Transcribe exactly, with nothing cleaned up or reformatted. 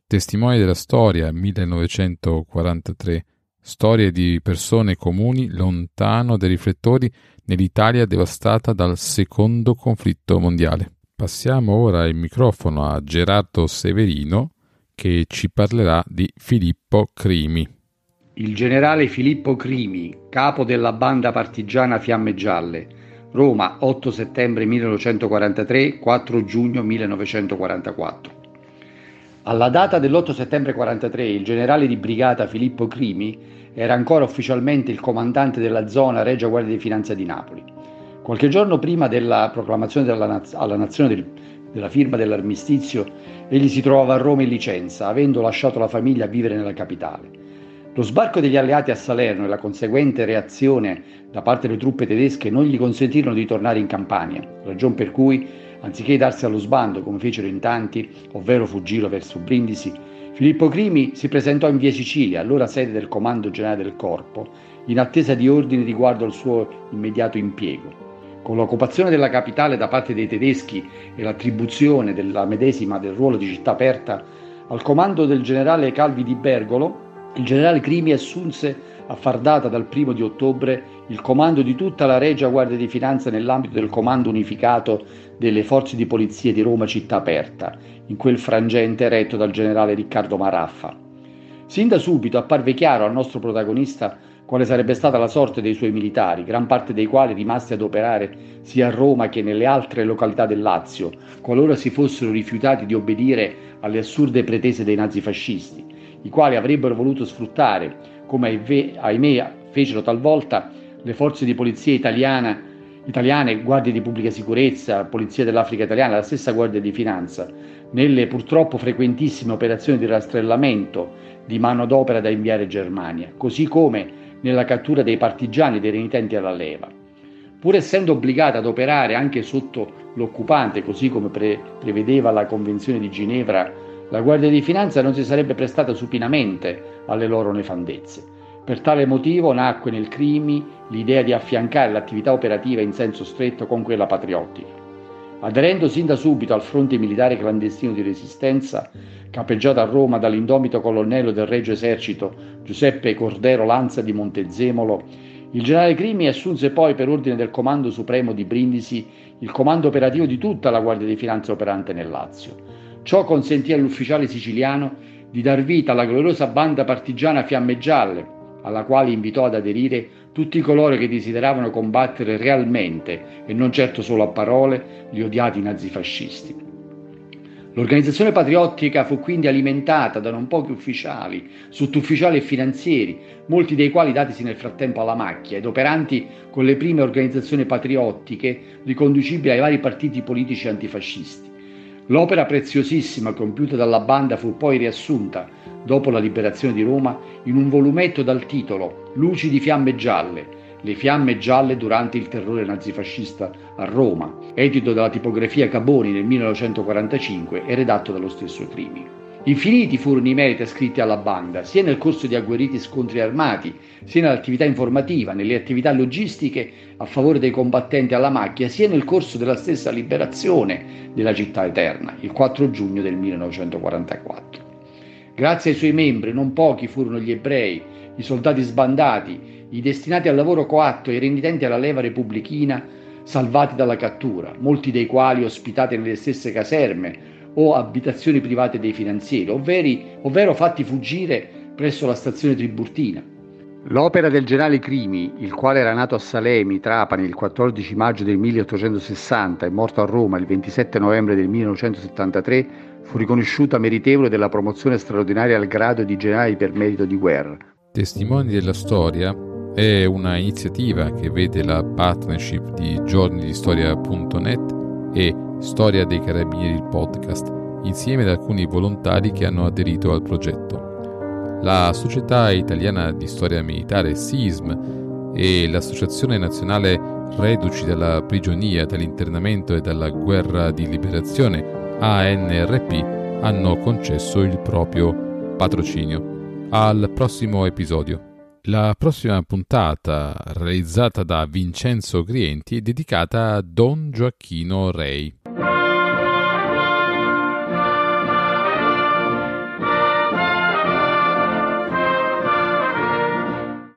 Testimoni della storia, millenovecentoquarantatré. Storie di persone comuni lontano dai riflettori nell'Italia devastata dal secondo conflitto mondiale. Passiamo ora il microfono a Gerardo Severino, che ci parlerà di Filippo Crimi. Il generale Filippo Crimi, capo della banda partigiana Fiamme Gialle, Roma, otto settembre millenovecentoquarantatré, quattro giugno millenovecentoquarantaquattro. Alla data dell'otto settembre quarantatré, il generale di brigata Filippo Crimi era ancora ufficialmente il comandante della zona Regia Guardia di Finanza di Napoli. Qualche giorno prima della proclamazione della naz- alla nazione del, della firma dell'armistizio, egli si trovava a Roma in licenza, avendo lasciato la famiglia a vivere nella capitale. Lo sbarco degli alleati a Salerno e la conseguente reazione da parte delle truppe tedesche non gli consentirono di tornare in Campania, ragion per cui, anziché darsi allo sbando come fecero in tanti, ovvero fuggire verso Brindisi, Filippo Crimi si presentò in via Sicilia, allora sede del Comando Generale del Corpo, in attesa di ordini riguardo al suo immediato impiego. Con l'occupazione della capitale da parte dei tedeschi e l'attribuzione della medesima del ruolo di città aperta al comando del generale Calvi di Bergolo, il generale Crimi assunse a far data dal primo di ottobre il comando di tutta la Regia Guardia di Finanza nell'ambito del comando unificato delle forze di polizia di Roma città aperta, in quel frangente retto dal generale Riccardo Maraffa. Sin da subito apparve chiaro al nostro protagonista quale sarebbe stata la sorte dei suoi militari, gran parte dei quali rimasti ad operare sia a Roma che nelle altre località del Lazio, qualora si fossero rifiutati di obbedire alle assurde pretese dei nazifascisti, i quali avrebbero voluto sfruttare, come ahimè fecero talvolta, le forze di polizia italiana, italiane, guardie di pubblica sicurezza, polizia dell'Africa italiana, la stessa Guardia di Finanza, nelle purtroppo frequentissime operazioni di rastrellamento di manodopera da inviare in Germania, così come nella cattura dei partigiani e dei renitenti alla leva. Pur essendo obbligata ad operare anche sotto l'occupante, così come pre- prevedeva la Convenzione di Ginevra, la Guardia di Finanza non si sarebbe prestata supinamente alle loro nefandezze. Per tale motivo nacque nel Crimi l'idea di affiancare l'attività operativa in senso stretto con quella patriottica. Aderendo sin da subito al fronte militare clandestino di resistenza, capeggiato a Roma dall'indomito colonnello del Regio Esercito Giuseppe Cordero Lanza di Montezemolo, il generale Crimi assunse poi per ordine del Comando Supremo di Brindisi il comando operativo di tutta la Guardia di Finanza operante nel Lazio. Ciò consentì all'ufficiale siciliano di dar vita alla gloriosa banda partigiana Fiamme Gialle, alla quale invitò ad aderire tutti coloro che desideravano combattere realmente e non certo solo a parole gli odiati nazifascisti. L'organizzazione patriottica fu quindi alimentata da non pochi ufficiali, sottufficiali e finanzieri, molti dei quali datisi nel frattempo alla macchia ed operanti con le prime organizzazioni patriottiche riconducibili ai vari partiti politici antifascisti. L'opera preziosissima compiuta dalla banda fu poi riassunta, dopo la liberazione di Roma, in un volumetto dal titolo Luci di fiamme gialle, le fiamme gialle durante il terrore nazifascista a Roma, edito dalla tipografia Caboni nel millenovecentoquarantacinque e redatto dallo stesso Crimi. Infiniti furono i meriti ascritti alla banda, sia nel corso di agguerriti scontri armati, sia nell'attività informativa, nelle attività logistiche a favore dei combattenti alla macchia, sia nel corso della stessa liberazione della città eterna, il quattro giugno del millenovecentoquarantaquattro. Grazie ai suoi membri, non pochi furono gli ebrei, i soldati sbandati, i destinati al lavoro coatto e i renitenti alla leva repubblichina salvati dalla cattura, molti dei quali ospitati nelle stesse caserme o abitazioni private dei finanzieri, ovveri, ovvero fatti fuggire presso la stazione Tiburtina. L'opera del generale Crimi, il quale era nato a Salemi, Trapani, il quattordici maggio del milleottocentosessanta e morto a Roma il ventisette novembre del millenovecentosettantatré, fu riconosciuta meritevole della promozione straordinaria al grado di generale per merito di guerra. Testimoni della storia è una iniziativa che vede la partnership di giorni di storia punto net e Storia dei Carabinieri il podcast, insieme ad alcuni volontari che hanno aderito al progetto. La Società Italiana di Storia Militare S I S M e l'Associazione Nazionale Reduci dalla Prigionia, dall'Internamento e dalla Guerra di Liberazione A N R P hanno concesso il proprio patrocinio. Al prossimo episodio. La prossima puntata, realizzata da Vincenzo Grienti, è dedicata a Don Gioacchino Rei.